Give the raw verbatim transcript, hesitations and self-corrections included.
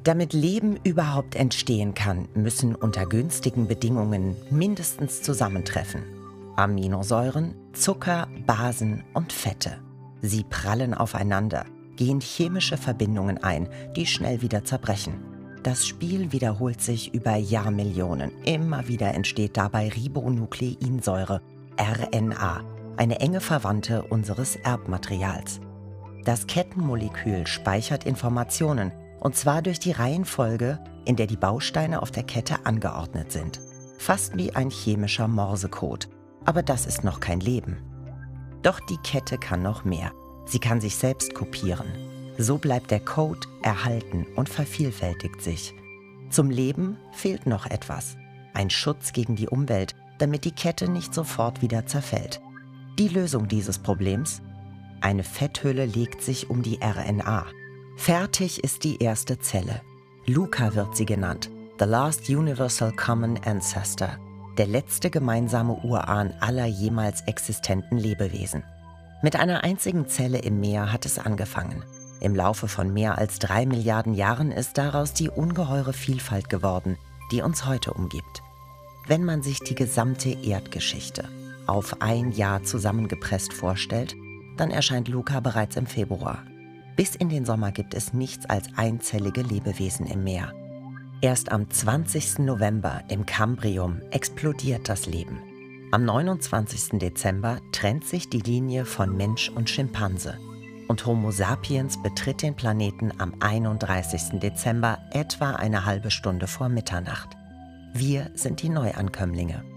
Damit Leben überhaupt entstehen kann, müssen unter günstigen Bedingungen mindestens zusammentreffen Aminosäuren, Zucker, Basen und Fette. Sie prallen aufeinander, gehen chemische Verbindungen ein, die schnell wieder zerbrechen. Das Spiel wiederholt sich über Jahrmillionen. Immer wieder entsteht dabei Ribonukleinsäure, R N A, eine enge Verwandte unseres Erbmaterials. Das Kettenmolekül speichert Informationen, und zwar durch die Reihenfolge, in der die Bausteine auf der Kette angeordnet sind. Fast wie ein chemischer Morsecode. Aber das ist noch kein Leben. Doch die Kette kann noch mehr. Sie kann sich selbst kopieren. So bleibt der Code erhalten und vervielfältigt sich. Zum Leben fehlt noch etwas. Ein Schutz gegen die Umwelt, damit die Kette nicht sofort wieder zerfällt. Die Lösung dieses Problems? Eine Fetthülle legt sich um die R N A. Fertig ist die erste Zelle. Luca wird sie genannt, The Last Universal Common Ancestor, der letzte gemeinsame Urahn aller jemals existenten Lebewesen. Mit einer einzigen Zelle im Meer hat es angefangen. Im Laufe von mehr als drei Milliarden Jahren ist daraus die ungeheure Vielfalt geworden, die uns heute umgibt. Wenn man sich die gesamte Erdgeschichte auf ein Jahr zusammengepresst vorstellt, dann erscheint Luca bereits im Februar. Bis in den Sommer gibt es nichts als einzellige Lebewesen im Meer. Erst am zwanzigsten November im Kambrium explodiert das Leben. Am neunundzwanzigsten Dezember trennt sich die Linie von Mensch und Schimpanse. Und Homo sapiens betritt den Planeten am einunddreißigsten Dezember, etwa eine halbe Stunde vor Mitternacht. Wir sind die Neuankömmlinge.